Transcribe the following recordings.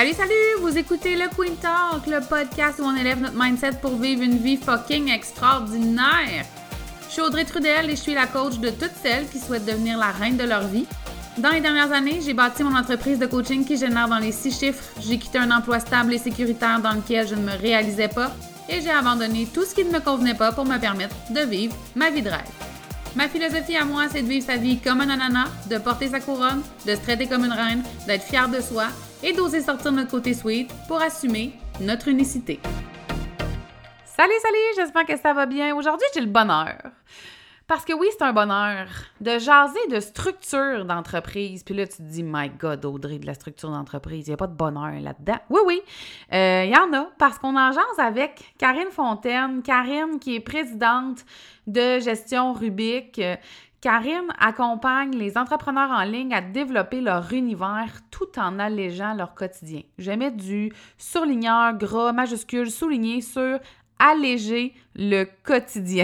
Salut, salut! Vous écoutez le Queen Talk, le podcast où on élève notre mindset pour vivre une vie fucking extraordinaire. Je suis Audrey Trudel et je suis la coach de toutes celles qui souhaitent devenir la reine de leur vie. Dans les dernières années, j'ai bâti mon entreprise de coaching qui génère dans les 6 chiffres. J'ai quitté un emploi stable et sécuritaire dans lequel je ne me réalisais pas et j'ai abandonné tout ce qui ne me convenait pas pour me permettre de vivre ma vie de rêve. Ma philosophie à moi, c'est de vivre sa vie comme un ananas, de porter sa couronne, de se traiter comme une reine, d'être fière de soi et d'oser sortir notre côté sweet pour assumer notre unicité. Salut, j'espère que ça va bien. Aujourd'hui, j'ai le bonheur. Parce que oui, c'est un bonheur de jaser de structure d'entreprise. Puis là, tu te dis, my God, Audrey, de la structure d'entreprise, il n'y a pas de bonheur là-dedans. Oui, il y en a, parce qu'on en jase avec Karine Fontaine. Karine, qui est présidente de Gestion Rubik. Karine accompagne les entrepreneurs en ligne à développer leur univers tout en allégeant leur quotidien. Je mets du surligneur gras, majuscule, souligné sur alléger le quotidien.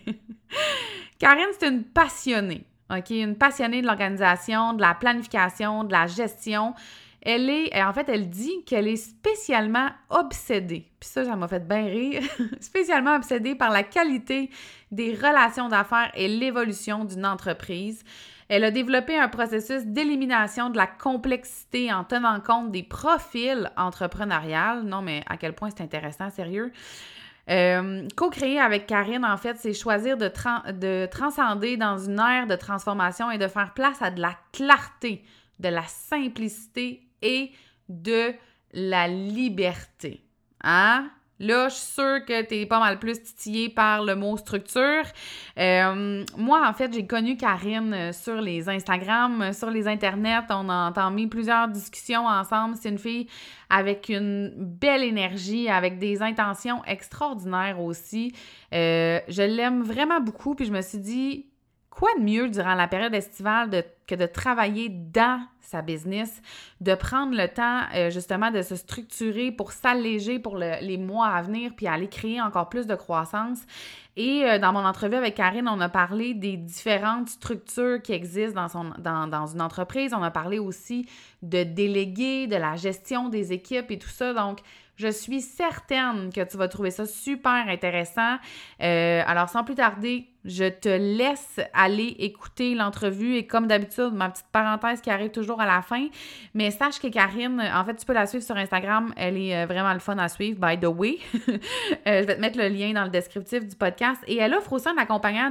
Karine, c'est une passionnée, OK? Une passionnée de l'organisation, de la planification, de la gestion. Elle dit qu'elle est spécialement obsédée. Puis ça m'a fait bien rire. Spécialement obsédée par la qualité des relations d'affaires et l'évolution d'une entreprise. Elle a développé un processus d'élimination de la complexité en tenant compte des profils entrepreneuriales. Non, mais à quel point c'est intéressant, sérieux. Co-créer avec Karine, en fait, c'est choisir de transcender dans une ère de transformation et de faire place à de la clarté, de la simplicité et de la liberté. Hein? Là, je suis sûre que tu es pas mal plus titillée par le mot structure. Moi, en fait, j'ai connu Karine sur les Instagram, sur les internets. On a entamé plusieurs discussions ensemble. C'est une fille avec une belle énergie, avec des intentions extraordinaires aussi. Je l'aime vraiment beaucoup, puis je me suis dit, quoi de mieux durant la période estivale que de travailler dans sa business, de prendre le temps justement de se structurer pour s'alléger pour les mois à venir puis aller créer encore plus de croissance. Et dans mon entrevue avec Karine, on a parlé des différentes structures qui existent dans une entreprise. On a parlé aussi de déléguer, de la gestion des équipes et tout ça. Donc, je suis certaine que tu vas trouver ça super intéressant. Alors, sans plus tarder, je te laisse aller écouter l'entrevue et comme d'habitude, ma petite parenthèse qui arrive toujours à la fin, mais sache que Karine, en fait, tu peux la suivre sur Instagram, elle est vraiment le fun à suivre, by the way. Je vais te mettre le lien dans le descriptif du podcast et elle offre aussi un accompagnement,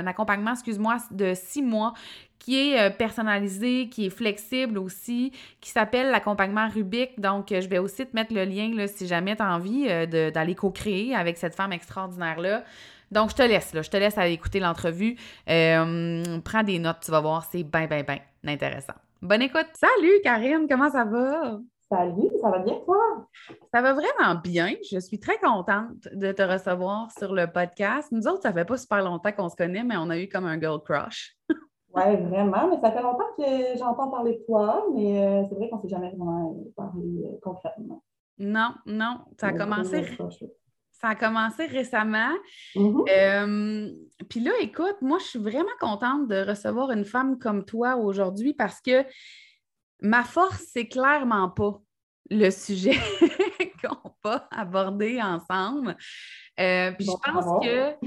de 6 mois qui est personnalisé, qui est flexible aussi, qui s'appelle l'accompagnement Rubik. Donc, je vais aussi te mettre le lien là, si jamais tu as envie d'aller co-créer avec cette femme extraordinaire-là. Donc, je te laisse aller écouter l'entrevue. Prends des notes, tu vas voir, c'est bien intéressant. Bonne écoute! Salut Karine, comment ça va? Salut, ça va bien toi? Ça va vraiment bien. Je suis très contente de te recevoir sur le podcast. Nous autres, ça fait pas super longtemps qu'on se connaît, mais on a eu comme un girl crush. Oui, vraiment, mais ça fait longtemps que j'entends parler de toi, mais c'est vrai qu'on ne s'est jamais vraiment parlé concrètement. Non, ça a Le gros commencé, crochet. ça a commencé récemment. Mhm. Puis là, écoute, moi, je suis vraiment contente de recevoir une femme comme toi aujourd'hui parce que ma force, c'est clairement pas le sujet qu'on va aborder ensemble. Puis je Bon, à pense voir. que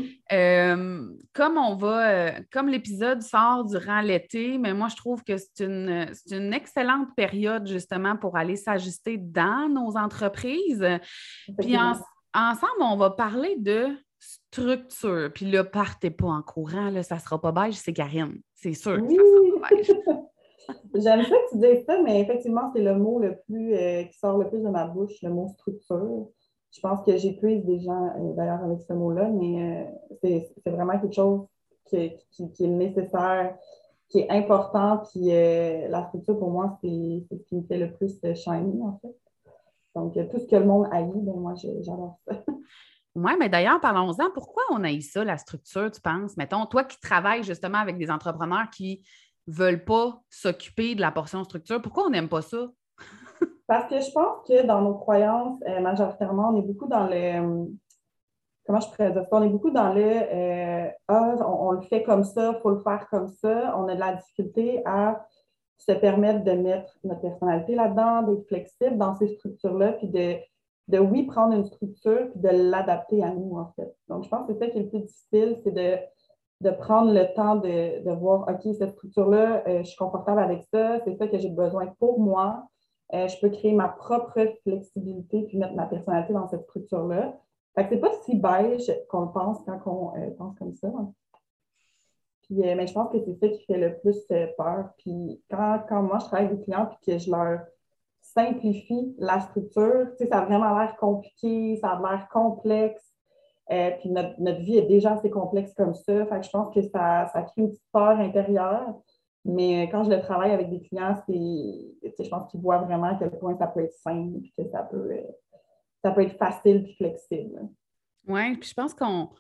comme l'épisode sort durant l'été, mais moi je trouve que c'est une excellente période justement pour aller s'ajuster dans nos entreprises. Puis Effectivement. ensemble, on va parler de structure. Puis là, partez pas en courant, là, ça sera pas beige, c'est Karine. C'est sûr que Oui, ça sera pas beige. j'aime ça que tu dises ça, mais effectivement, c'est le mot le plus qui sort le plus de ma bouche, le mot structure. Je pense que j'épuise des gens d'ailleurs avec ce mot-là, mais c'est vraiment quelque chose qui est nécessaire, qui est important. Puis la structure, pour moi, c'est ce qui me fait le plus shiny, en fait. Donc, tout ce que le monde haït, ben moi, j'adore ça. Oui, mais d'ailleurs, parlons-en. Pourquoi on haït ça, la structure, tu penses? Mettons, toi qui travailles justement avec des entrepreneurs qui ne veulent pas s'occuper de la portion structure, pourquoi on n'aime pas ça? Parce que je pense que dans nos croyances, majoritairement, on est beaucoup dans le, comment je pourrais dire ça? On est beaucoup dans le on le fait comme ça, il faut le faire comme ça. On a de la difficulté à se permettre de mettre notre personnalité là-dedans, d'être flexible dans ces structures-là, puis oui, prendre une structure, puis de l'adapter à nous, en fait. Donc, je pense que c'est ça qui est le plus difficile, c'est de prendre le temps de voir, OK, cette structure-là, je suis confortable avec ça, c'est ça que j'ai besoin pour moi. Je peux créer ma propre flexibilité puis mettre ma personnalité dans cette structure-là. Fait que c'est pas si beige qu'on le pense quand on pense comme ça, hein. Puis, mais je pense que c'est ça qui fait le plus peur. Puis quand moi, je travaille avec des clients puis que je leur simplifie la structure, tu sais, ça a vraiment l'air compliqué, ça a l'air complexe. Puis notre vie est déjà assez complexe comme ça. Fait que je pense que ça crée une petite peur intérieure. Mais quand je le travaille avec des clients, je pense qu'ils voient vraiment à quel point ça peut être simple et que ça peut être facile et flexible. Oui, puis je pense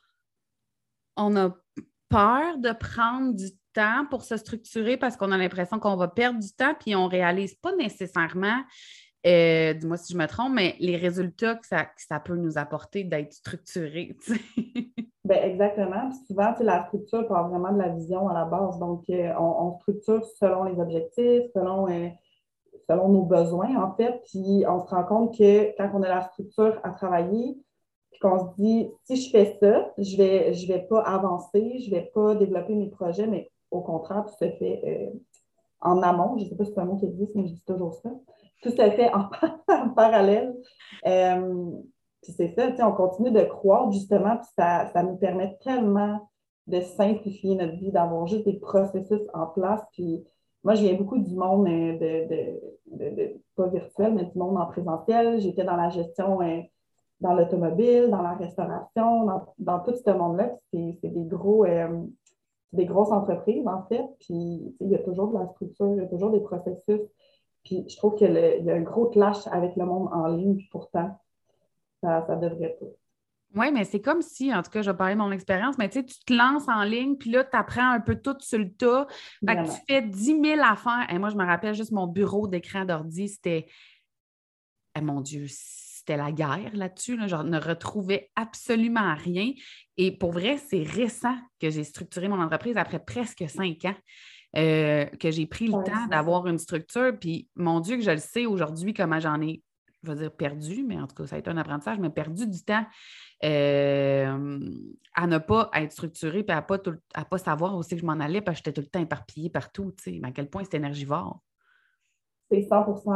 on a peur de prendre du temps pour se structurer parce qu'on a l'impression qu'on va perdre du temps, puis on ne réalise pas nécessairement, dis-moi si je me trompe, mais les résultats que ça peut nous apporter d'être structuré. Ben, exactement. Puis souvent, la structure part vraiment de la vision à la base. Donc, on structure selon les objectifs, selon nos besoins, en fait. Puis on se rend compte que quand on a la structure à travailler, puis qu'on se dit, si je fais ça, je vais pas avancer, je vais pas développer mes projets, mais au contraire, tout se fait en amont. Je ne sais pas si c'est un mot qui existe, mais je dis toujours ça. Tout se fait en parallèle. Euh, Puis c'est ça, on continue de croire justement, puis ça nous permet tellement de simplifier notre vie, d'avoir juste des processus en place. Puis moi, je viens beaucoup du monde pas virtuel, mais du monde en présentiel. J'étais dans la gestion dans l'automobile, dans la restauration, dans tout ce monde-là. C'est des grosses entreprises, en fait. Puis il y a toujours de la structure, il y a toujours des processus. Puis je trouve qu'il y a un gros clash avec le monde en ligne, puis pourtant, ça devrait pas. Oui, mais c'est comme si, en tout cas, je vais parler de mon expérience, mais tu sais, tu te lances en ligne, puis là, tu apprends un peu tout sur le tas. Fait que tu Vraiment. fais 10 000 affaires. Et moi, je me rappelle juste mon bureau d'écran d'ordi, c'était, mon Dieu, c'était la guerre là-dessus. Là. Je ne retrouvais absolument rien. Et pour vrai, c'est récent que j'ai structuré mon entreprise après presque 5 ans. Que j'ai pris le Ouais, temps d'avoir une structure. Puis, mon Dieu, que je le sais aujourd'hui, comment j'en ai, je vais dire perdu, mais en tout cas, ça a été un apprentissage, mais perdu du temps à ne pas être structurée et à ne pas savoir aussi que je m'en allais parce que j'étais tout le temps éparpillée partout. Tu sais, mais à quel point c'est énergivore. c'est 100%,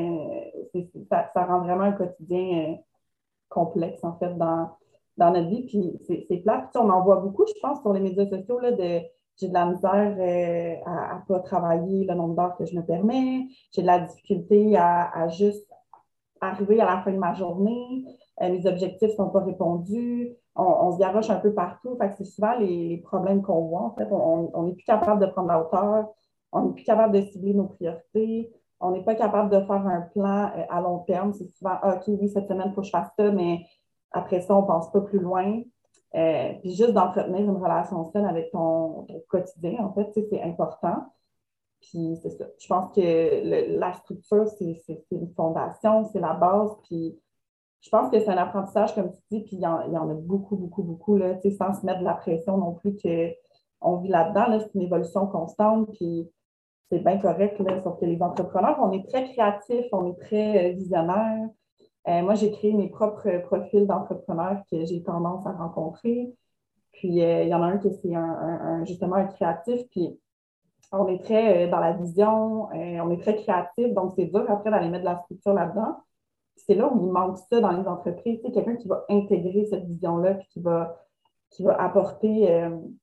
ça rend vraiment un quotidien complexe, en fait, dans notre vie. Puis c'est plate. Puis, on en voit beaucoup, je pense, sur les médias sociaux, là, j'ai de la misère à ne pas travailler le nombre d'heures que je me permets. J'ai de la difficulté à juste arriver à la fin de ma journée. Les objectifs ne sont pas répondus. On se garoche un peu partout. Fait que c'est souvent les problèmes qu'on voit. En fait, on n'est plus capable de prendre la hauteur. On n'est plus capable de cibler nos priorités. On n'est pas capable de faire un plan à long terme. C'est souvent, OK, oui, cette semaine, il faut que je fasse ça, mais après ça, on ne pense pas plus loin. Puis juste d'entretenir une relation saine avec ton quotidien, en fait, c'est important. Puis c'est ça. Je pense que la structure, c'est une fondation, c'est la base. Puis je pense que c'est un apprentissage, comme tu dis, puis il y en a beaucoup, beaucoup, beaucoup, là, sans se mettre de la pression non plus qu'on vit là-dedans. Là, c'est une évolution constante, puis c'est bien correct, là, sauf que les entrepreneurs, on est très créatifs, on est très visionnaires. Moi, j'ai créé mes propres profils d'entrepreneurs que j'ai tendance à rencontrer. Puis il y en a un qui c'est justement un créatif, puis on est très dans la vision, on est très créatif, donc c'est dur après d'aller mettre de la structure là-dedans. C'est là où il manque ça dans les entreprises. C'est quelqu'un qui va intégrer cette vision-là, puis qui va apporter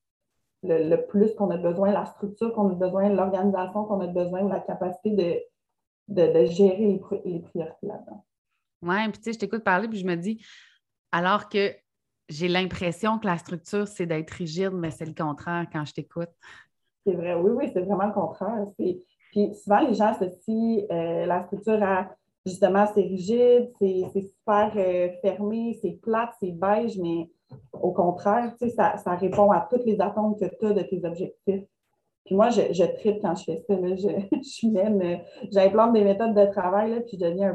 le plus qu'on a besoin, la structure qu'on a besoin, l'organisation qu'on a besoin, ou la capacité de gérer les priorités là-dedans. Oui, puis tu sais, je t'écoute parler, puis je me dis, alors que j'ai l'impression que la structure, c'est d'être rigide, mais c'est le contraire quand je t'écoute. C'est vrai, oui, oui, c'est vraiment le contraire. Puis souvent, les gens associent la structure à, justement, c'est rigide, c'est super fermé, c'est plate, c'est beige, mais au contraire, tu sais, ça répond à toutes les attentes que tu as de tes objectifs. Puis moi, je tripe quand je fais ça. Là, je mène, j'implante des méthodes de travail, là, puis je deviens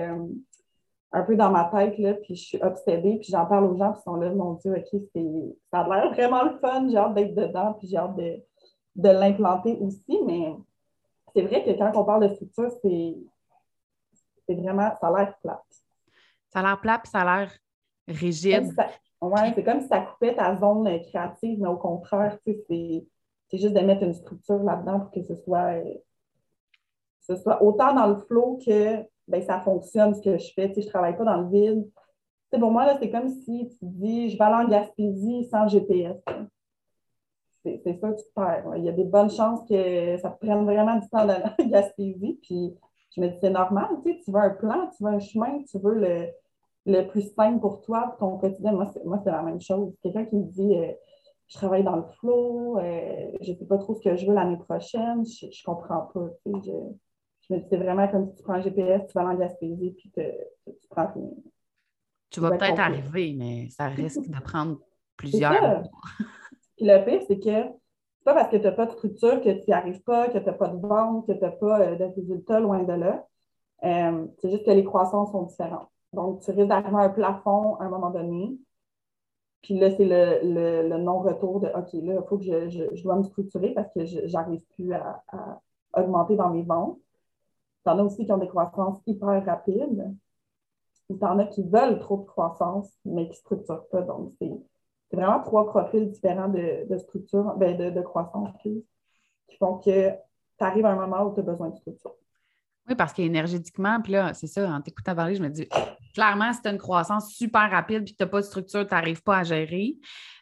un peu dans ma tête, là, puis je suis obsédée, puis j'en parle aux gens, puis ils sont là, mon Dieu, OK, ça a l'air vraiment le fun, j'ai hâte d'être dedans, puis j'ai hâte de l'implanter aussi, mais c'est vrai que quand on parle de structure, c'est vraiment, ça a l'air plate. Ça a l'air plat puis ça a l'air rigide. Ouais, c'est comme si ça coupait ta zone créative, mais au contraire, tu sais, c'est juste de mettre une structure là-dedans pour que ce soit autant dans le flow que ben, ça fonctionne ce que je fais. Tu sais, je ne travaille pas dans le vide. Tu sais, pour moi, là, c'est comme si tu dis je vais aller en Gaspésie sans GPS. C'est ça que tu perds. Il y a des bonnes chances que ça te prenne vraiment du temps d'aller en Gaspésie. Puis je me dis, c'est normal, tu sais, tu veux un plan, tu veux un chemin, tu veux le plus simple pour toi, pour ton quotidien. Moi, c'est la même chose. Quelqu'un qui me dit je travaille dans le flow, je ne sais pas trop ce que je veux l'année prochaine, je ne comprends pas. Tu sais, je me dis, c'est vraiment comme si tu prends un GPS, tu vas aller en Gaspésie, puis tu prends Tu tu vas vas être peut-être complet. arriver, mais ça risque de prendre C'est plusieurs ça. mois. Puis le pire, c'est que c'est pas parce que tu n'as pas de structure que tu n'y arrives pas, que tu n'as pas de vente, que tu n'as pas de résultats loin de là. C'est juste que les croissances sont différentes. Donc, tu risques d'arriver à un plafond à un moment donné. Puis là, c'est le non-retour de OK, là, il faut que je dois me structurer parce que je n'arrive plus à augmenter dans mes ventes. Tu en as aussi qui ont des croissances hyper rapides. Ou tu en as qui veulent trop de croissance, mais qui ne structurent pas. Donc, c'est vraiment trois profils différents de structure, ben de croissance qui font que tu arrives à un moment où tu as besoin de structure. Oui, parce qu'énergétiquement, puis là, c'est ça, en t'écoutant parler, je me dis, clairement, si tu as une croissance super rapide puis que tu n'as pas de structure, tu n'arrives pas à gérer.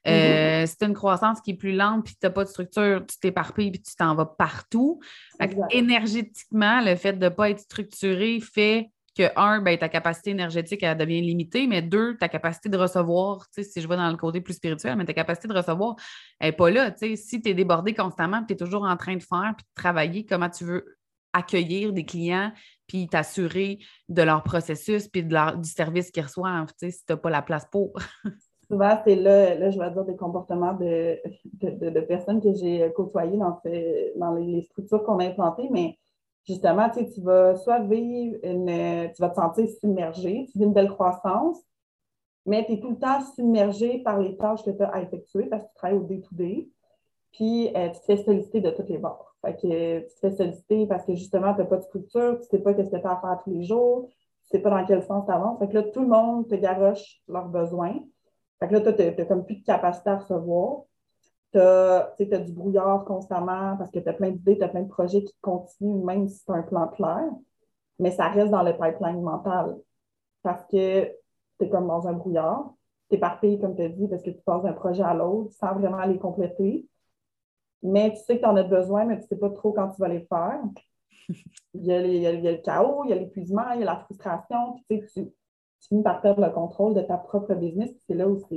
Si tu as une croissance qui est plus lente puis que tu n'as pas de structure, tu t'éparpilles puis tu t'en vas partout. Exact. Énergétiquement, le fait de ne pas être structuré fait que, un, ben, ta capacité énergétique, elle devient limitée, mais deux, ta capacité de recevoir, tu sais, si je vais dans le côté plus spirituel, mais ta capacité de recevoir, elle n'est pas là. Tu sais, si tu es débordé constamment, tu es toujours en train de faire puis de travailler, comment tu veux accueillir des clients puis t'assurer de leur processus puis du service qu'ils reçoivent, tu sais, si tu n'as pas la place pour. Souvent, c'est là, je vais dire des comportements de personnes que j'ai côtoyées dans les structures qu'on a implantées, mais justement, tu sais, tu vas soit vivre tu vas te sentir submergé, tu vis une belle croissance, mais tu es tout le temps submergé par les tâches que tu as à effectuer parce que tu travailles au day-to-day. Puis, tu te fais solliciter de toutes les bords. Fait que tu te fais solliciter parce que justement, tu n'as pas de structure, tu ne sais pas ce que tu as à faire tous les jours, tu ne sais pas dans quel sens tu avances. Fait que là, tout le monde te garoche leurs besoins. Fait que là, toi, tu n'as comme plus de capacité à recevoir. Tu as du brouillard constamment parce que tu as plein d'idées, tu as plein de projets qui continuent, même si c'est un plan clair, mais ça reste dans le pipeline mental parce que tu es comme dans un brouillard. Tu éparpilles, comme tu as dit, parce que tu passes d'un projet à l'autre sans vraiment les compléter. Mais tu sais que tu en as besoin, mais tu ne sais pas trop quand tu vas les faire. Il y a le chaos, il y a l'épuisement, il y a la frustration. Puis, tu sais, tu finis par perdre le contrôle de ta propre business. C'est là où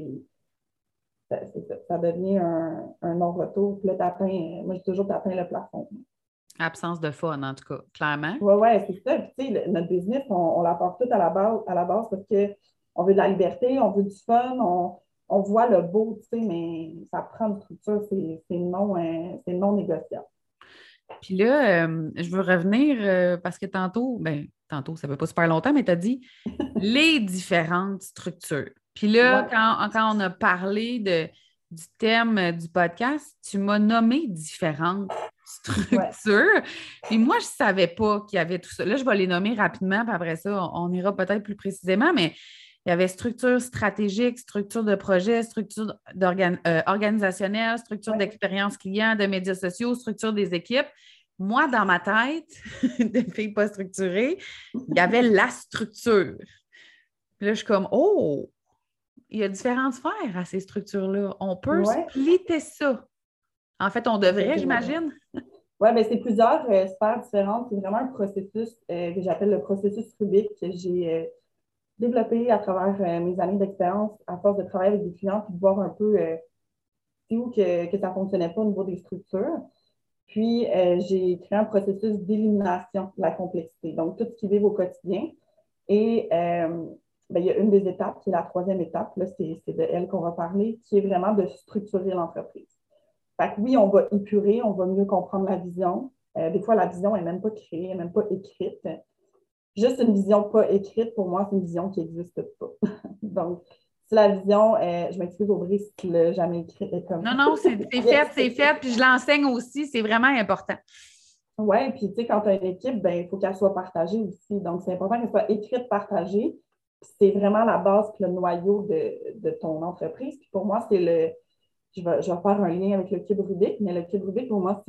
ça devient un non-retour. Puis là, moi, j'ai toujours atteint le plafond. Absence de fun, en tout cas, clairement. Oui, ouais, c'est ça. Puis, tu sais, notre business, on l'apporte tout à la base parce qu'on veut de la liberté, on veut du fun, on voit le beau, tu sais, mais ça prend une structure, c'est non négociable. Puis là, je veux revenir parce que tantôt, ça fait pas super longtemps, mais tu as dit les différentes structures. Puis là, Ouais, quand on a parlé du thème du podcast, tu m'as nommé différentes ouais. structures. Puis moi, je ne savais pas qu'il y avait tout ça. Là, je vais les nommer rapidement, puis après ça, on ira peut-être plus précisément, mais il y avait structure stratégique, structure de projet, structure organisationnelle, structure Ouais. d'expérience client, de médias sociaux, structure des équipes. Moi, dans ma tête, de fille pas structurée, il y avait la structure. Puis là, je suis comme, oh, il y a différentes sphères à ces structures-là. On peut Ouais, splitter ça. En fait, on devrait, effectivement. j'imagine. Oui, bien, c'est plusieurs sphères différentes. C'est vraiment un processus que j'appelle le processus Rubik que j'ai développé à travers mes années d'expérience à force de travailler avec des clients puis de voir un peu c'est où que ça ne fonctionnait pas au niveau des structures. Puis, j'ai créé un processus d'élimination de la complexité. Donc, tout ce qui vit au quotidien. Et ben, il y a une des étapes, qui est la troisième étape, là, c'est de elle qu'on va parler, qui est vraiment de structurer l'entreprise. Fait que oui, on va épurer, on va mieux comprendre la vision. Des fois, la vision n'est même pas créée, elle n'est même pas écrite. Juste une vision pas écrite, pour moi, c'est une vision qui n'existe pas. Donc, si la vision, je m'excuse Audrey si tu ne l'as jamais écrite comme Non, non, c'est fait, puis je l'enseigne aussi, c'est vraiment important. Oui, puis tu sais, quand tu as une équipe, ben, il faut qu'elle soit partagée aussi. Donc, c'est important qu'elle soit écrite, partagée. Puis c'est vraiment la base puis le noyau de ton entreprise. Puis pour moi, c'est je vais faire un lien avec le cube Rubik, mais le cube Rubik, pour moi,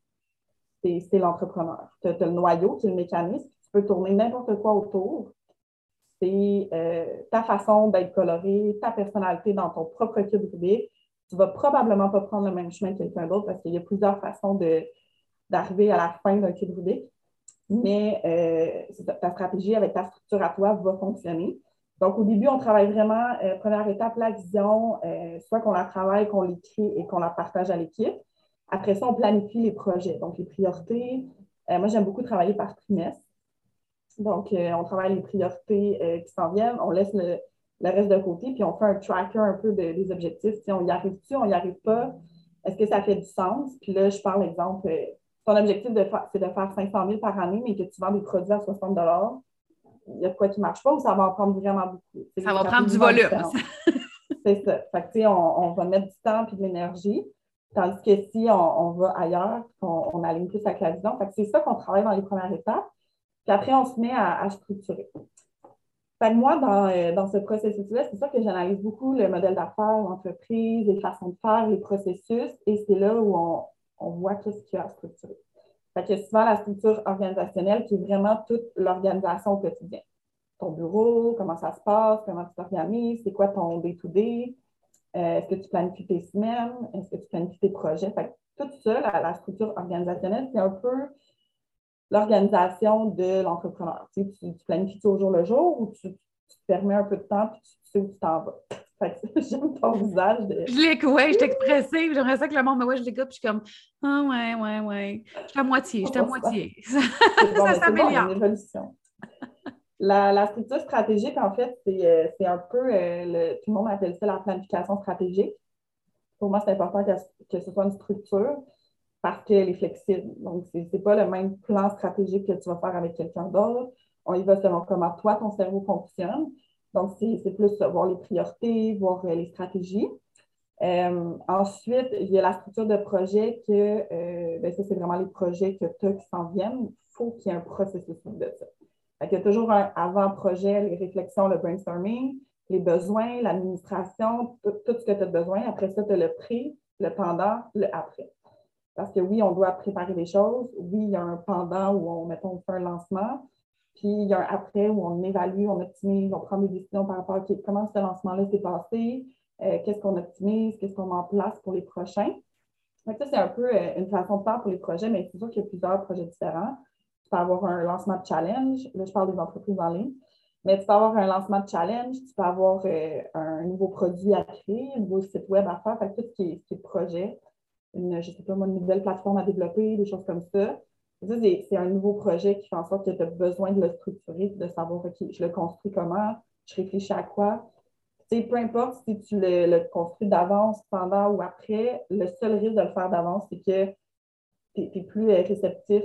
c'est l'entrepreneur. Tu as le noyau, qui est le mécanisme, tu peux tourner n'importe quoi autour. C'est ta façon d'être coloré, ta personnalité dans ton propre cube Rubik. Tu ne vas probablement pas prendre le même chemin que quelqu'un d'autre parce qu'il y a plusieurs façons d'arriver à la fin d'un cube Rubik. Mais ta stratégie avec ta structure à toi va fonctionner. Donc, au début, on travaille vraiment, première étape, la vision, soit qu'on la travaille, qu'on l'écrit et qu'on la partage à l'équipe. Après ça, on planifie les projets, donc les priorités. Moi, j'aime beaucoup travailler par trimestre. Donc, on travaille les priorités qui s'en viennent, on laisse le reste de côté, puis on fait un tracker un peu des objectifs. Si on y arrive-tu, on n'y arrive pas, est-ce que ça fait du sens? Puis là, je parle, exemple, ton objectif, c'est de faire 500 000 par année, mais que tu vends des produits à 60 il y a de quoi qui ne marche pas ou ça va en prendre vraiment beaucoup. C'est Ça des va prendre stratégies du vont volume. différentes. C'est ça. Fait que, tu sais, on va mettre du temps et de l'énergie, tandis que si on va ailleurs, on aligne plus avec la vision. Fait que c'est ça qu'on travaille dans les premières étapes. Puis après, on se met à structurer. Fait que moi, dans ce processus-là, c'est ça que j'analyse beaucoup le modèle d'affaires, l'entreprise, les façons de faire, les processus, et c'est là où on voit qu'est-ce qu'il y a à structurer. Fait que souvent, la structure organisationnelle qui est vraiment toute l'organisation au quotidien. Ton bureau, comment ça se passe, comment tu t'organises, c'est quoi ton day-to-day, est-ce que tu planifies tes semaines, est-ce que tu planifies tes projets. Fait que tout ça, la structure organisationnelle, c'est un peu l'organisation de l'entrepreneur. Tu planifies au jour le jour ou tu te permets un peu de temps et tu sais où tu t'en vas. Fait que j'aime ton visage. Ouais, je suis expressive. J'aimerais ça que le monde me voit, je l'écoute, puis je suis comme, ah ouais. Je suis à moitié, Oh, c'est bon, Ça mais c'est bon, il y a une s'améliore. évolution. La structure stratégique, en fait, c'est un peu, tout le monde appelle ça la planification stratégique. Pour moi, c'est important que ce soit une structure parce qu'elle est flexible. Donc, ce n'est pas le même plan stratégique que tu vas faire avec quelqu'un d'autre. On y va selon comment toi, ton cerveau fonctionne. Donc, c'est plus voir les priorités, voir les stratégies. Ensuite, il y a la structure de projet ben ça, c'est vraiment les projets que tu as qui s'en viennent. Il faut qu'il y ait un processus de ça. Il y a toujours un avant-projet, les réflexions, le brainstorming, les besoins, l'administration, tout ce que tu as besoin. Après ça, tu as le pré, le pendant, le après. Parce que oui, on doit préparer des choses. Oui, il y a un pendant où mettons, on fait un lancement. Puis il y a un après où on évalue, on optimise, on prend des décisions par rapport à comment ce lancement-là s'est passé, qu'est-ce qu'on optimise, qu'est-ce qu'on met en place pour les prochains. Donc, ça, c'est un peu une façon de faire pour les projets, mais c'est sûr qu'il y a plusieurs projets différents. Tu peux avoir un lancement de challenge. Là, je parle des entreprises en ligne. Mais tu peux avoir un lancement de challenge, tu peux avoir un nouveau produit à créer, un nouveau site web à faire, fait que tout ce qui est projet, je ne sais pas moi, une nouvelle plateforme à développer, des choses comme ça. Ça, c'est un nouveau projet qui fait en sorte que tu as besoin de le structurer, de savoir, OK, je le construis comment, je réfléchis à quoi. Tu sais, peu importe si tu le construis d'avance, pendant ou après, le seul risque de le faire d'avance, c'est que tu es plus réceptif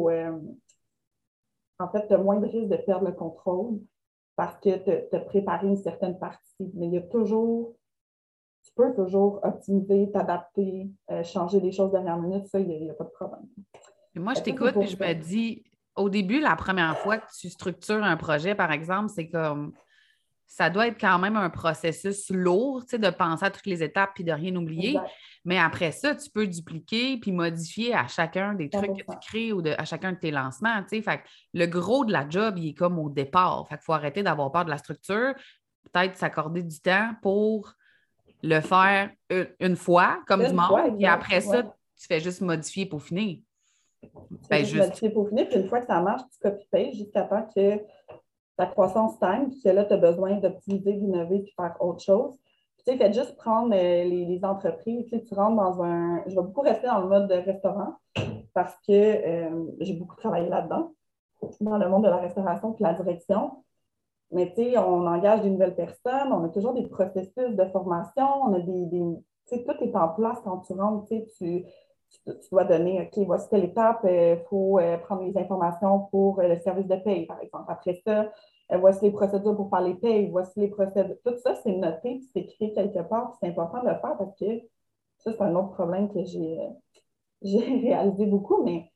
en fait, tu as moins de risque de perdre le contrôle parce que tu as préparé une certaine partie. Mais tu peux toujours optimiser, t'adapter, changer des choses dernière minute, ça, il n'y a pas de problème. Et moi, je Ça, c'est t'écoute, puis pour je ça. me dis, au début, la première fois que tu structures un projet, par exemple, c'est comme ça doit être quand même un processus lourd, tu sais, de penser à toutes les étapes puis de rien oublier. Exact. Mais après ça, tu peux dupliquer puis modifier à chacun des trucs que tu 100%. crées ou à chacun de tes lancements, tu sais. Fait que le gros de la job, il est comme au départ. Fait qu'il faut arrêter d'avoir peur de la structure, peut-être s'accorder du temps pour le faire une fois, comme du Une fois, monde, puis exact. après Ouais. ça, tu fais juste modifier pour finir. Tu fais Ben juste juste. modifier pour finir, puis une fois que ça marche, tu copy-pastes jusqu'à temps que ta croissance stagne, puis que là, tu as besoin d'optimiser, d'innover, puis faire autre chose. Puis, tu sais, faites juste prendre les entreprises. Tu sais, tu rentres dans un. Je vais beaucoup rester dans le mode de restaurant parce que j'ai beaucoup travaillé là-dedans, dans le monde de la restauration puis la direction. Mais tu sais, on engage des nouvelles personnes, on a toujours des processus de formation, on a tu sais, tout est en place quand tu rentres, tu dois donner, OK, voici telle étape, il faut prendre les informations pour le service de paye, par exemple. Après ça, voici les procédures pour faire les payes, voici les procédures. Tout ça, c'est noté, puis c'est écrit quelque part, puis c'est important de le faire parce que ça, c'est un autre problème que j'ai réalisé beaucoup, mais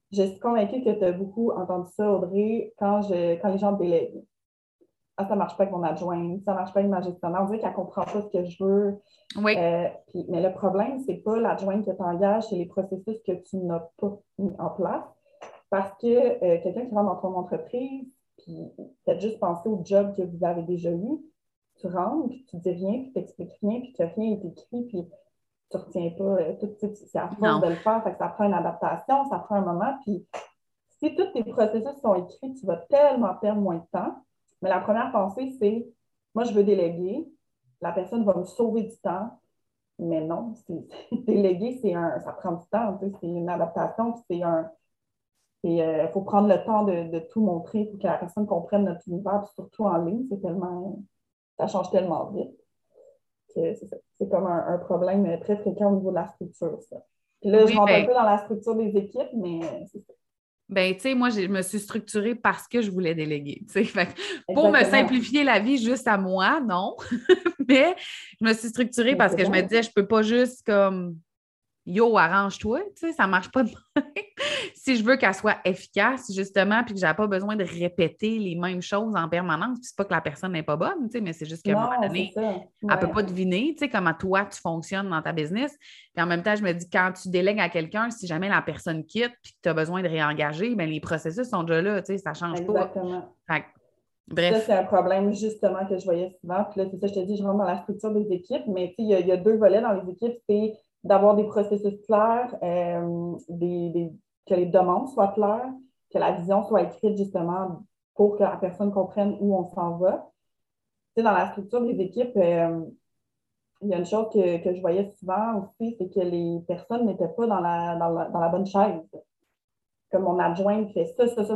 Je suis convaincue que tu as beaucoup entendu ça, Audrey, quand les gens délèguent. Ah, ça ne marche pas avec mon adjointe, ça ne marche pas avec ma gestionnaire. On dirait qu'elle ne comprend pas ce que je veux. Oui, Mais le problème, ce n'est pas l'adjointe que tu engages, c'est les processus que tu n'as pas mis en place. Parce que quelqu'un qui rentre dans ton entreprise, puis faites juste penser au job que vous avez déjà eu, tu rentres, puis tu dis rien, puis tu n'expliques rien, puis que rien est écrit, puis tu ne retiens pas tout. C'est à force non. de le faire, fait que ça prend une adaptation, ça prend un moment, puis si tous tes processus sont écrits, tu vas tellement perdre moins de temps. Mais la première pensée, c'est moi, je veux déléguer. La personne va me sauver du temps. Mais non, déléguer, ça prend du temps. C'est une adaptation. Il faut prendre le temps de tout montrer pour que la personne comprenne notre univers. Puis surtout en ligne, ça change tellement vite. C'est comme un problème très fréquent au niveau de la structure, ça. Puis là, je Oui, rentre un ben, peu dans la structure des équipes, mais c'est ça. ben, tu sais, moi, je me suis structurée parce que je voulais déléguer. Tu sais, fait que pour me Exactement. simplifier la vie juste à moi, non. Mais je me suis structurée Mais parce c'est que je me bon. disais, je peux pas juste comme yo, arrange-toi, tu sais, ça marche pas de même. Si je veux qu'elle soit efficace, justement, puis que j'ai pas besoin de répéter les mêmes choses en permanence, puis c'est pas que la personne n'est pas bonne, tu sais, mais c'est juste qu'à un moment Non, c'est donné, ça. elle peut Ouais, pas deviner, tu sais, comment toi, tu fonctionnes dans ta business. Puis en même temps, je me dis, quand tu délègues à quelqu'un, si jamais la personne quitte puis que tu as besoin de réengager, bien, les processus sont déjà là, tu sais, ça change pas. exactement. Fait que, Ça, bref, c'est un problème justement que je voyais souvent. Puis là, c'est ça, je te dis, je rentre dans la structure des équipes, mais tu sais, il y a deux volets dans les équipes, c'est d'avoir des processus clairs, que les demandes soient claires, que la vision soit écrite justement pour que la personne comprenne où on s'en va. Tu sais, dans la structure des équipes, il y a une chose que je voyais souvent aussi, c'est que les personnes n'étaient pas dans la bonne chaise. Comme mon adjointe fait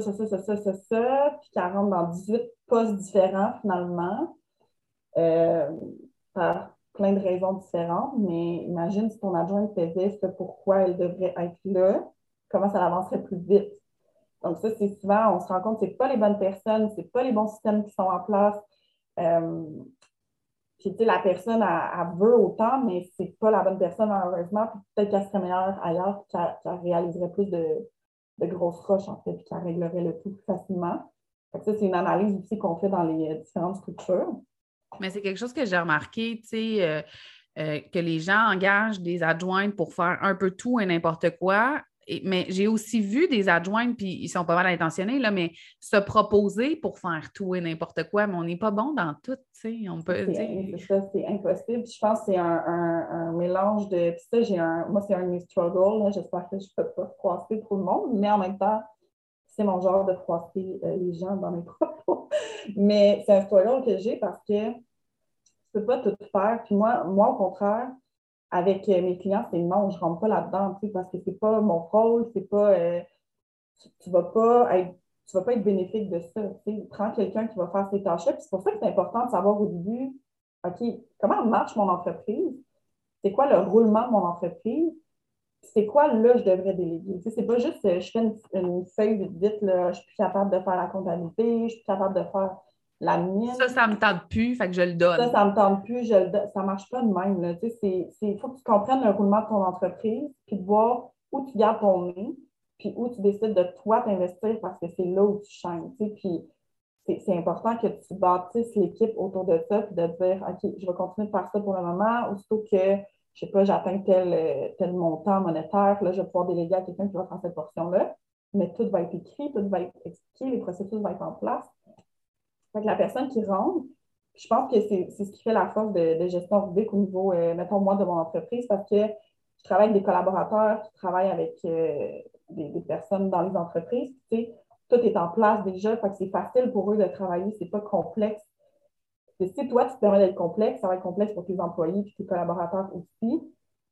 ça, puis qu'elle rentre dans 18 postes différents finalement, euh, par plein de raisons différentes. Mais imagine si ton adjointe faisait ce pourquoi elle devrait être là, comment ça avancerait plus vite. Donc ça, c'est souvent, on se rend compte que ce pas les bonnes personnes, c'est pas les bons systèmes qui sont en place. Euh, Puis, tu sais, la personne, elle veut autant, mais c'est pas la bonne personne, malheureusement. Puis peut-être qu'elle serait meilleure ailleurs, puis qu'elle réaliserait plus de grosses roches, en fait, puis qu'elle réglerait le tout plus facilement. Fait que ça, c'est une analyse aussi qu'on fait dans les différentes structures. mais c'est quelque chose que j'ai remarqué, tu sais, que les gens engagent des adjointes pour faire un peu tout et n'importe quoi. Mais j'ai aussi vu des adjointes, puis ils sont pas mal intentionnés, là, mais se proposer pour faire tout et n'importe quoi, mais on n'est pas bon dans tout, tu sais. On peut, tu sais. C'est ça, c'est impossible. Puis je pense que c'est un mélange de. Puis ça, moi, c'est un de mes struggles, là. J'espère que je ne peux pas froisser tout le monde, mais en même temps, c'est mon genre de froisser les gens dans mes propos. Mais c'est un struggle que j'ai parce que je ne peux pas tout faire. Puis moi, au contraire, avec mes clients, c'est non, je ne rentre pas là-dedans, tu sais, parce que c'est pas mon rôle, c'est pas. Tu ne vas pas être bénéfique de ça. Tu sais. Prends quelqu'un qui va faire ces tâches-là. Puis c'est pour ça que c'est important de savoir au début, OK, comment marche mon entreprise? C'est quoi le roulement de mon entreprise? C'est quoi, là, je devrais déléguer? Tu sais, c'est pas juste, je fais une feuille vite, là, je suis plus capable de faire la comptabilité, je suis plus capable de faire la mine. Ça me tente plus, fait que je le donne. Ça me tente plus, ça marche pas de même. Là. Tu sais, il faut que tu comprennes le roulement de ton entreprise, puis de voir où tu gardes ton nez, puis où tu décides de toi t'investir parce que c'est là où tu chaînes. Tu sais, puis c'est important que tu bâtisses l'équipe autour de ça, puis de te dire, OK, je vais continuer de faire ça pour le moment, aussitôt que, je sais pas, j'atteins tel montant monétaire, là, je vais pouvoir déléguer à quelqu'un qui va faire cette portion-là. Mais tout va être écrit, tout va être expliqué, les processus vont être en place. Fait que la personne qui rentre, je pense que c'est ce qui fait la force de gestion publique au niveau, mettons, moi, de mon entreprise, parce que je travaille avec des collaborateurs qui travaillent avec des personnes dans les entreprises. Tu sais, tout est en place déjà, fait que c'est facile pour eux de travailler, c'est pas complexe. Et si toi, tu te permets d'être complexe, ça va être complexe pour tes employés et tes collaborateurs aussi.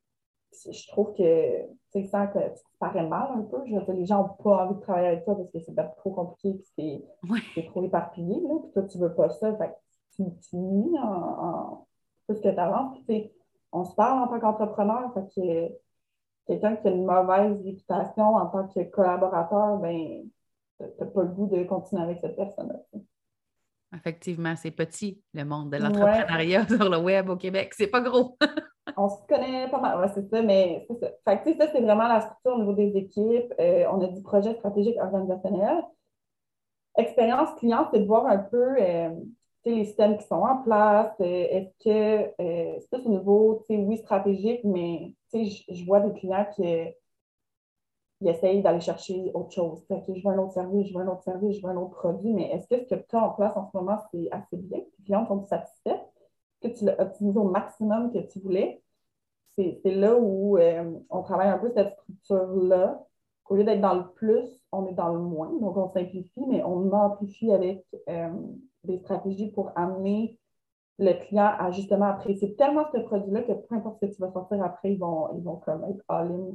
Je trouve que tu sens que tu te parais mal un peu. Je veux dire, les gens n'ont pas envie de travailler avec toi parce que c'est trop compliqué et Oui. c'est trop éparpillé. Là. Puis toi, tu ne veux pas ça. Fait que tu nuis en tout ce que tu avances. Puis, on se parle en tant qu'entrepreneur. Fait que quelqu'un qui a une mauvaise réputation en tant que collaborateur, ben, tu n'as pas le goût de continuer avec cette personne-là. Effectivement, c'est petit, le monde de Ouais, l'entrepreneuriat sur le web au Québec. C'est pas gros. On se connaît pas mal, ouais, c'est ça, mais c'est ça. Fait que, tu sais, ça, c'est vraiment la structure au niveau des équipes. On a dit projet stratégique organisationnel. Expérience client, c'est de voir un peu tu sais, les systèmes qui sont en place. Est-ce que c'est plus au niveau, tu sais, oui, stratégique, mais tu sais, je vois des clients qui ils essayent d'aller chercher autre chose. Fait que je veux un autre service, je veux un autre service, je veux un autre produit, mais est-ce que ce que tu as en place en ce moment, c'est assez bien? Les clients sont satisfaits? Que tu l'as optimisé au maximum que tu voulais? C'est là où on travaille un peu cette structure-là. Au lieu d'être dans le plus, on est dans le moins. Donc, on simplifie, mais on amplifie avec des stratégies pour amener le client à justement apprécier tellement ce produit-là que peu importe ce que tu vas sortir après, ils vont comme être all-in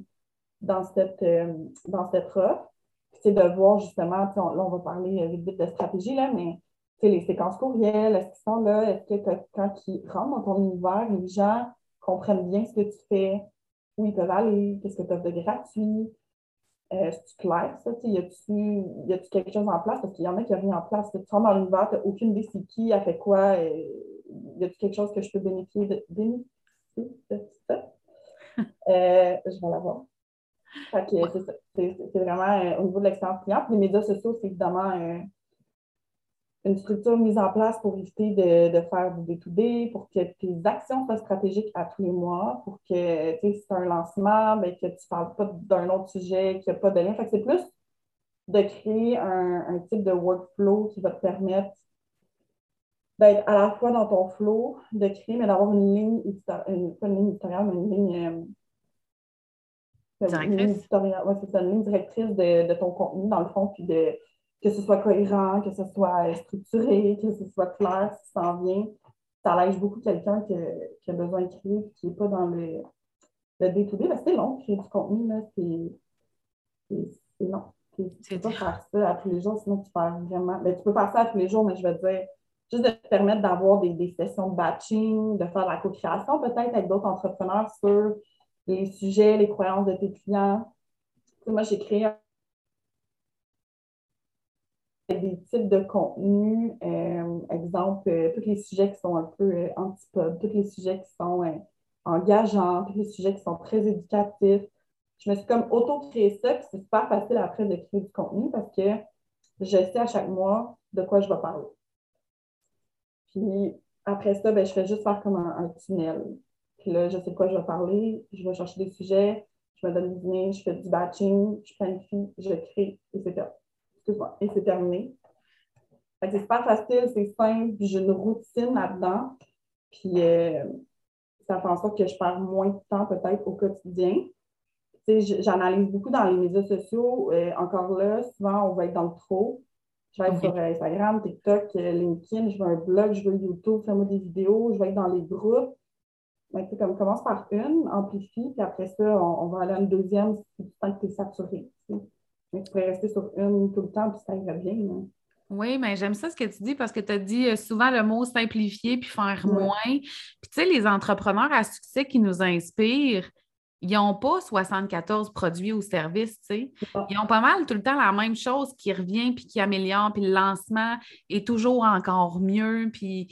dans cette offre. C'est de voir justement, là, on va parler vite vite de stratégie, là, mais les séquences courriels, est-ce qu'ils sont là? Est-ce que quand ils rentrent dans ton univers, les gens comprennent bien ce que tu fais, où ils peuvent aller, qu'est-ce que tu offres de gratuit? C'est clair, ça? Y a-tu quelque chose en place? Parce qu'il y en a qui n'ont rien en place. Tu rentres dans l'univers, tu n'as aucune idée c'est qui, a fait quoi. Y a-tu quelque chose que je peux bénéficier de ça? Je vais l'avoir. Fait que c'est ça. C'est vraiment au niveau de l'expérience client. Puis les médias sociaux, c'est évidemment une structure mise en place pour éviter de faire du day-to-day, pour que tes actions soient stratégiques à tous les mois, pour que, tu sais, si c'est un lancement, ben, que tu ne parles pas d'un autre sujet, qu'il n'y a pas de lien. Fait que c'est plus de créer un type de workflow qui va te permettre d'être à la fois dans ton flow, de créer, mais d'avoir une ligne éditoriale, pas une ligne éditoriale, mais une ligne une ligne Directrice. éditoriale, ouais, c'est ça, une ligne directrice de ton contenu, dans le fond, puis que ce soit cohérent, que ce soit structuré, que ce soit clair, si ça s'en vient. Ça allège beaucoup quelqu'un qui a besoin de créer, puis qui n'est pas dans le day-to-day. C'est long, créer du contenu, là, c'est long. Tu ne peux pas faire ça à tous les jours, sinon tu perds vraiment. Ben, tu peux faire ça à tous les jours, mais je veux dire, juste de te permettre d'avoir des sessions de batching, de faire de la co-création, peut-être avec d'autres entrepreneurs sur les sujets, les croyances de tes clients. Moi, j'ai créé des types de contenus, exemple, tous les sujets qui sont un peu antipodes, tous les sujets qui sont engageants, tous les sujets qui sont très éducatifs. Je me suis comme auto-créé ça, puis c'est super facile après de créer du contenu parce que je sais à chaque mois de quoi je vais parler. Puis après ça, ben, je fais juste faire comme un tunnel. Puis là, je sais de quoi je vais parler, je vais chercher des sujets, je me donne une idée, je fais du batching, je planifie, je crée, et c'est terminé. Excuse-moi, et c'est terminé. Fait que c'est super facile, c'est simple, puis j'ai une routine là-dedans. Puis ça fait en sorte que je perds moins de temps peut-être au quotidien. Tu sais, j'analyse beaucoup dans les médias sociaux. Encore là, souvent, on va être dans le trop. Je vais être Oui. sur Instagram, TikTok, LinkedIn, je veux un blog, je veux YouTube, fais-moi des vidéos, je vais être dans les groupes. Mais tu comme commence par une, amplifie, puis après ça, on va aller à une deuxième si tu sens que tu es saturé. Tu sais. Mais tu pourrais rester sur une tout le temps, puis ça irait bien. Hein. Oui, mais j'aime ça ce que tu dis parce que tu as dit souvent le mot simplifier puis faire Ouais. moins. Puis tu sais, les entrepreneurs à succès qui nous inspirent, ils n'ont pas 74 produits ou services, tu sais. Ils ont pas mal tout le temps la même chose qui revient puis qui améliore, puis le lancement est toujours encore mieux, puis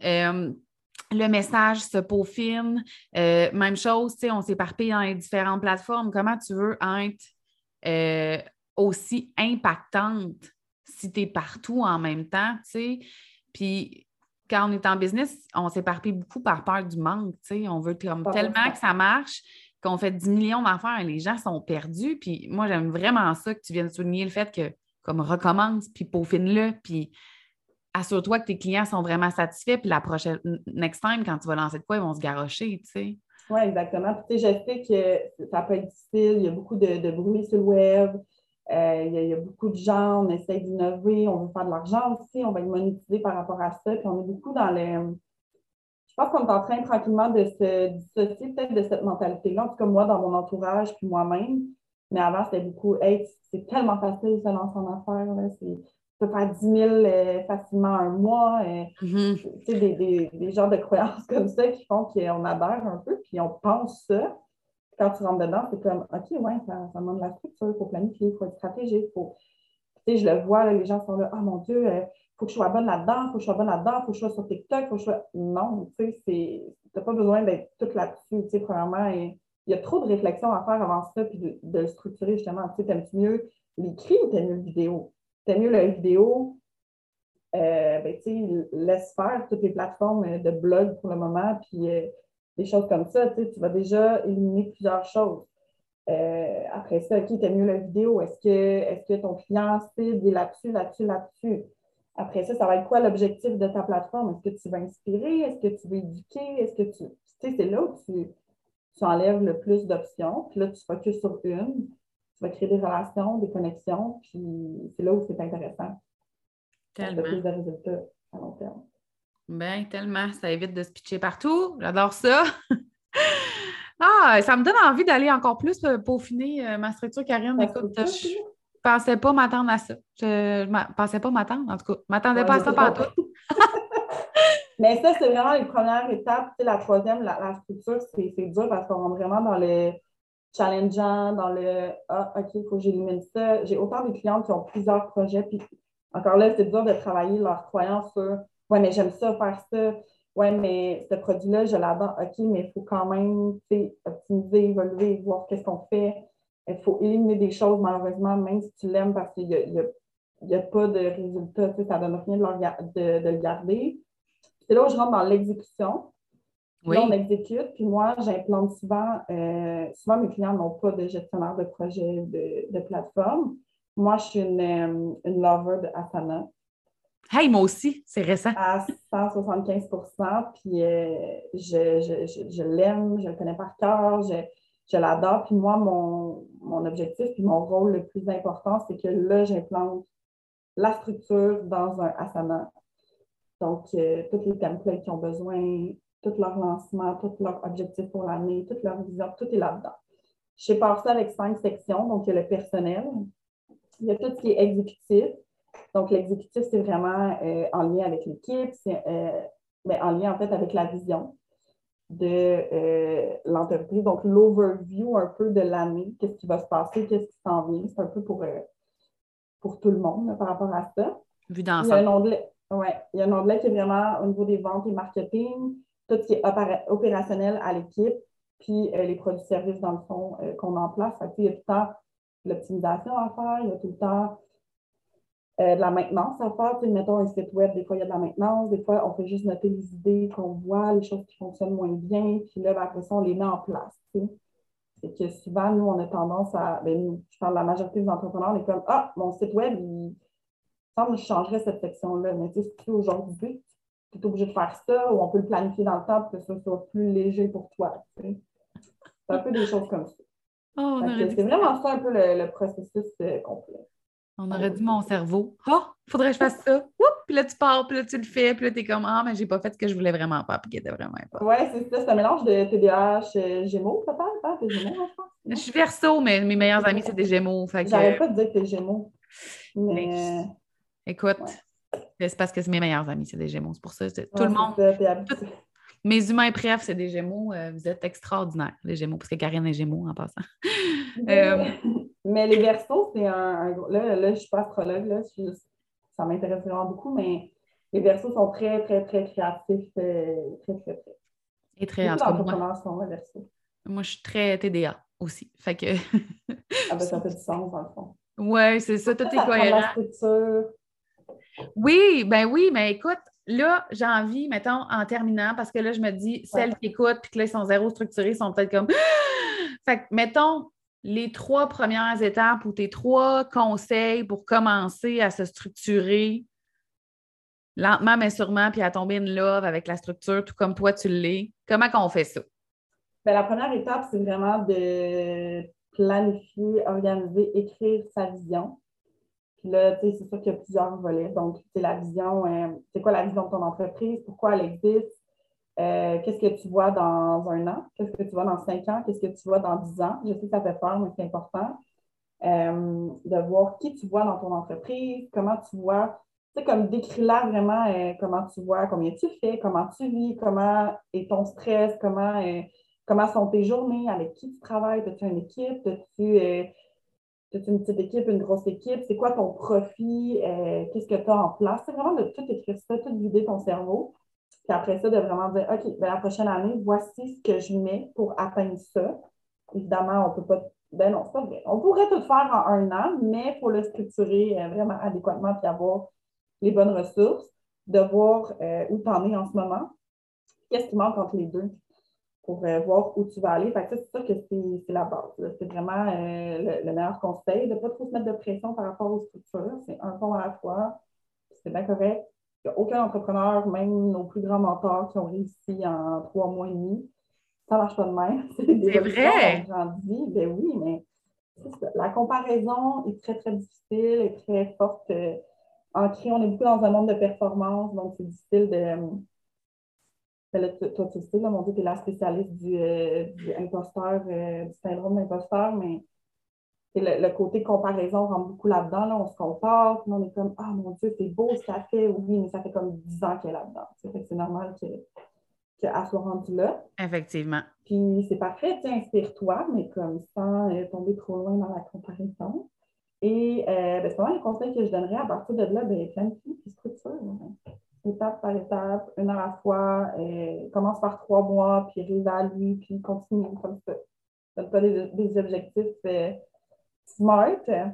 le message se peaufine. Même chose, tu sais, on s'éparpille dans les différentes plateformes. Comment tu veux être euh, aussi impactante si tu es partout en même temps, tu sais? Puis quand on est en business, on s'éparpille beaucoup par peur du manque, tu sais. On veut comme tellement que ça marche qu'on fait 10 millions d'affaires et les gens sont perdus. Puis moi, j'aime vraiment ça que tu viennes souligner le fait que, comme, recommence, puis peaufine-le, puis assure-toi que tes clients sont vraiment satisfaits, puis la prochaine, next time, quand tu vas lancer de quoi, ils vont se garrocher, tu sais. Oui, exactement. Puis, tu sais, je sais que ça peut être difficile. Il y a beaucoup de bruit sur le web. Il y a beaucoup de gens, on essaie d'innover, on veut faire de l'argent aussi, on va être monétisé par rapport à ça. Puis on est beaucoup dans le. Je pense qu'on est en train tranquillement de se dissocier peut-être de cette mentalité-là. En tout cas, moi, dans mon entourage, puis moi-même. Mais avant, c'était beaucoup, hey, c'est tellement facile de se lancer en affaires. Là. Tu peux faire 10 000 facilement un mois. Mm-hmm. Tu sais, des genres de croyances comme ça qui font qu'on adhère un peu, puis on pense ça. Quand tu rentres dedans, c'est comme, OK, ouais, ça demande de la structure, il faut planifier, il faut être stratégique, Tu sais, je le vois, là, les gens sont là, ah mon Dieu, faut que je sois bonne là-dedans, faut que je sois bonne là-dedans, faut que je sois sur TikTok, faut que je sois. Non, tu sais, t'as pas besoin d'être toute là-dessus, tu sais, premièrement. Et il y a trop de réflexions à faire avant ça, puis de le structurer justement. Tu sais, t'aimes-tu mieux l'écrit ou t'aimes mieux le vidéo? T'aimes mieux la vidéo? Ben, tu sais, laisse faire toutes les plateformes de blog pour le moment, puis des choses comme ça, tu vas déjà éliminer plusieurs choses. Après ça, OK, t'aimes mieux la vidéo. Est-ce que ton client cible est là-dessus, là-dessus, là-dessus? Après ça va être quoi l'objectif de ta plateforme? Est-ce que tu veux inspirer? Est-ce que tu veux éduquer? Est-ce que tu. Tu sais, c'est là où tu enlèves le plus d'options. Puis là, tu focuses sur une. Tu vas créer des relations, des connexions. Puis c'est là où c'est intéressant. Ça te fait plus Tellement. de résultats à long terme. Ben, tellement. Ça évite de se pitcher partout. J'adore ça. Ah, ça me donne envie d'aller encore plus peaufiner ma structure, Karine. Ta Écoute, structure, je pensais pas m'attendre à ça. Pensais pas m'attendre, en tout cas. Je m'attendais ouais, pas à j'ai ça tout pantoute. compris. Mais ça, c'est vraiment les premières étapes. Tu sais, la troisième, la structure, c'est dur parce qu'on rentre vraiment dans le challengeant, dans le Ah, OK, il faut que j'élimine ça. J'ai autant de clients qui ont plusieurs projets, puis encore là, c'est dur de travailler leur croyance sur Ouais, mais j'aime ça, faire ça. Ouais, mais ce produit-là, je l'adore. OK, mais il faut quand même tu sais, optimiser, évoluer, voir qu'est-ce qu'on fait. Il faut éliminer des choses, malheureusement, même si tu l'aimes parce qu'il y a pas de résultat. Tu sais, ça ne donne rien de le garder. C'est là où je rentre dans l'exécution. Puis là, on Oui. exécute. Puis moi, j'implante souvent, souvent mes clients n'ont pas de gestionnaire de projet de plateforme. Moi, je suis une lover de Asana Hey, moi aussi, c'est récent. à 175 puis je l'aime, je le connais par cœur, je l'adore. Puis moi, mon objectif, puis mon rôle le plus important, c'est que là, j'implante la structure dans un Asana. Donc, tous les templates qui ont besoin, tout leur lancement, tout leur objectif pour l'année, toute leur vision, tout est là-dedans. Je sépare ça avec 5 sections. Donc, il y a le personnel, il y a tout ce qui est exécutif. Donc, l'exécutif, c'est vraiment en lien avec l'équipe, c'est ben, en lien en fait avec la vision de l'entreprise. Donc, l'overview un peu de l'année, qu'est-ce qui va se passer, qu'est-ce qui s'en vient. C'est un peu pour tout le monde là, par rapport à ça. Vu Il y a un d'ensemble. onglet, ouais, il y a un onglet qui est vraiment au niveau des ventes et marketing, tout ce qui est opérationnel à l'équipe, puis les produits-services, dans le fond, qu'on met en place. Fait que, il y a tout le temps de l'optimisation à faire, il y a tout le temps de la maintenance à faire. Tu sais, mettons un site web, des fois, il y a de la maintenance, des fois, on fait juste noter les idées qu'on voit, les choses qui fonctionnent moins bien, puis là, ben, après ça, on les met en place. Tu sais. C'est que souvent, nous, on a tendance à, ben, nous, je parle de la majorité des entrepreneurs, on est comme, ah, mon site web, il semble que je changerais cette section-là. Mais tu sais, si tu aujourd'hui, tu es obligé de faire ça, ou on peut le planifier dans le temps pour que ça soit plus léger pour toi. Tu sais. C'est un peu des choses comme ça. Oh, on Fait aurait que dit c'est que vraiment ça un peu le processus complet. on On aurait va dit mon cerveau. Oh, faudrait que je fasse ça. Oups! Puis là, tu pars, puis là, tu le fais, puis là, t'es comme, ah, mais j'ai pas fait ce que je voulais vraiment pas, puis qui était vraiment important. Ouais, c'est ça. C'est un mélange de TDAH, Gémeaux, peut-être. Hein? T'es Gémeaux, je pense. Je Non? suis Verseau, mais mes meilleurs amis, Gémeaux. c'est des Gémeaux. Fait que, J'arrête pas de dire que t'es Gémeaux. mais, Mais écoute, ouais. c'est parce que c'est mes meilleurs amis, c'est des Gémeaux. C'est pour ça, tout Ouais, le c'est monde, ça, t'es tous habitué. mes humains préf, c'est des Gémeaux. Vous êtes extraordinaires, les Gémeaux, parce que Karine est Gémeaux en passant. Euh, Mais les versos, c'est là, je ne suis pas astrologue, là, ça m'intéresse vraiment beaucoup, mais les versos sont très, très, très créatifs, très, très, très. et très, en Beaucoup tout cas, moi, d'entrepreneurs sont versos. moi, je suis très TDA aussi. Fait que, Ah ben, ça fait du sens, dans le fond. ouais, c'est ça, tout est Ça prend de la cohérent. structure. Oui, mais écoute, là, j'ai envie, mettons, en terminant, parce que là, je me dis, Ouais. celles qui écoutent, puis que là, ils sont zéro structurés, sont peut-être comme. Fait que, mettons, les 3 premières étapes ou tes 3 conseils pour commencer à se structurer lentement, mais sûrement, puis à tomber in love avec la structure, tout comme toi, tu l'es. Comment qu'on fait ça? Ben, la première étape, c'est vraiment de planifier, organiser, écrire sa vision. Puis là, tu sais, c'est sûr qu'il y a plusieurs volets. Donc, c'est la vision, c'est quoi la vision de ton entreprise, pourquoi elle existe, qu'est-ce que tu vois dans un an, qu'est-ce que tu vois dans 5 ans, qu'est-ce que tu vois dans 10 ans. Je sais que ça fait peur, mais c'est important de voir qui tu vois dans ton entreprise, comment tu vois, tu sais, comme décris-la vraiment comment tu vois, combien tu fais, comment tu vis, comment est ton stress, comment sont tes journées, avec qui tu travailles, as-tu une équipe, C'est une petite équipe, une grosse équipe? C'est quoi ton profit? Qu'est-ce que tu as en place? C'est vraiment de tout écrire ça, tout vider ton cerveau. Puis après ça, de vraiment dire, OK, la prochaine année, voici ce que je mets pour atteindre ça. Évidemment, on ne peut pas. Ben non, c'est pas vrai. On pourrait tout faire en un an, mais il faut le structurer vraiment adéquatement puis avoir les bonnes ressources, de voir où tu en es en ce moment. Qu'est-ce qui manque entre les deux pour voir où tu vas aller. Fait que ça, c'est sûr que c'est la base. Là. C'est vraiment le meilleur conseil, de ne pas trop se mettre de pression par rapport aux structures. C'est un pont à la fois. C'est bien correct. Il n'y a aucun entrepreneur, même nos plus grands mentors qui ont réussi en 3 mois et demi. Ça ne marche pas de même. C'est vrai! On grandit. Ben oui, mais c'est ça. La comparaison est très, très difficile, est très forte. Ancrée, on est beaucoup dans un monde de performance, donc c'est difficile de. Là, toi, tu sais, là, mon Dieu, tu es la spécialiste du imposteur, du syndrome d'imposteur, mais le côté comparaison rentre beaucoup là-dedans. Là, on se compare, puis on est comme, ah mon Dieu, c'est beau ce qu'elle fait. Oui, mais ça fait comme 10 ans qu'elle est là-dedans. C'est normal qu'elle soit rendue là. Effectivement. Puis c'est parfait, inspire-toi, mais comme sans tomber trop loin dans la comparaison. Et c'est vraiment les conseils que je donnerais à partir de là, planifie puis structure. Étape par étape, une à la fois, commence par 3 mois, puis réévalue, puis continue comme ça. Donne pas des objectifs smart,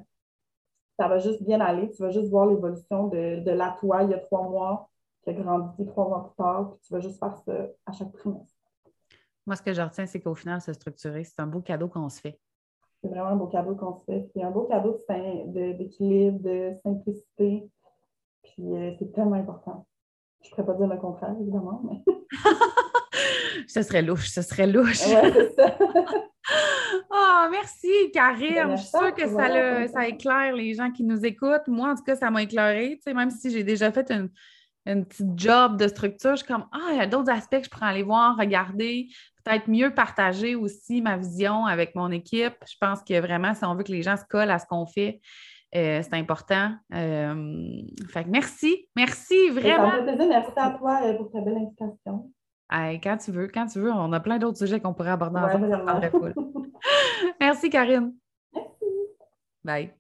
ça va juste bien aller. Tu vas juste voir l'évolution de la toi il y a 3 mois, qui a grandi 3 mois plus tard, puis tu vas juste faire ça à chaque trimestre. Moi, ce que je retiens, c'est qu'au final, se structurer, c'est un beau cadeau qu'on se fait. C'est vraiment un beau cadeau qu'on se fait. C'est un beau cadeau d'équilibre, de simplicité. Puis c'est tellement important. Je ne pourrais pas dire le contraire, évidemment, mais. Ce serait louche. Ouais, c'est ça. Oh, merci, Karine. Je suis sûre que voilà, ça éclaire les gens qui nous écoutent. Moi, en tout cas, ça m'a éclairé. Tu sais, même si j'ai déjà fait une petite job de structure, je suis comme, il y a d'autres aspects que je pourrais aller voir, regarder, peut-être mieux partager aussi ma vision avec mon équipe. Je pense que vraiment, si on veut que les gens se collent à ce qu'on fait, c'est important. Fait que merci. Merci, vraiment. Ça me fait plaisir. Merci à toi pour ta belle invitation. Hey, quand tu veux. On a plein d'autres sujets qu'on pourrait aborder Ouais, ensemble. vraiment. Merci, Karine. Merci. Bye.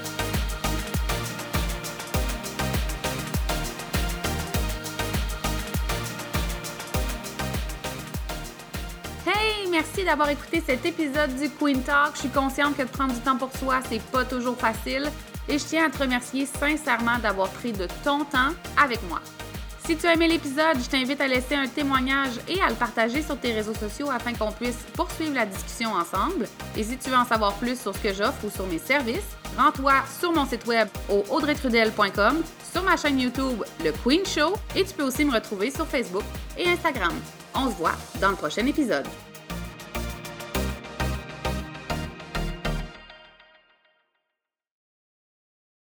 Hey, merci d'avoir écouté cet épisode du Queen Talk. Je suis consciente que de prendre du temps pour soi, c'est pas toujours facile. Et je tiens à te remercier sincèrement d'avoir pris de ton temps avec moi. Si tu as aimé l'épisode, je t'invite à laisser un témoignage et à le partager sur tes réseaux sociaux afin qu'on puisse poursuivre la discussion ensemble. Et si tu veux en savoir plus sur ce que j'offre ou sur mes services, rends-toi sur mon site web au audreytrudel.com, sur ma chaîne YouTube Le Queen Show et tu peux aussi me retrouver sur Facebook et Instagram. On se voit dans le prochain épisode.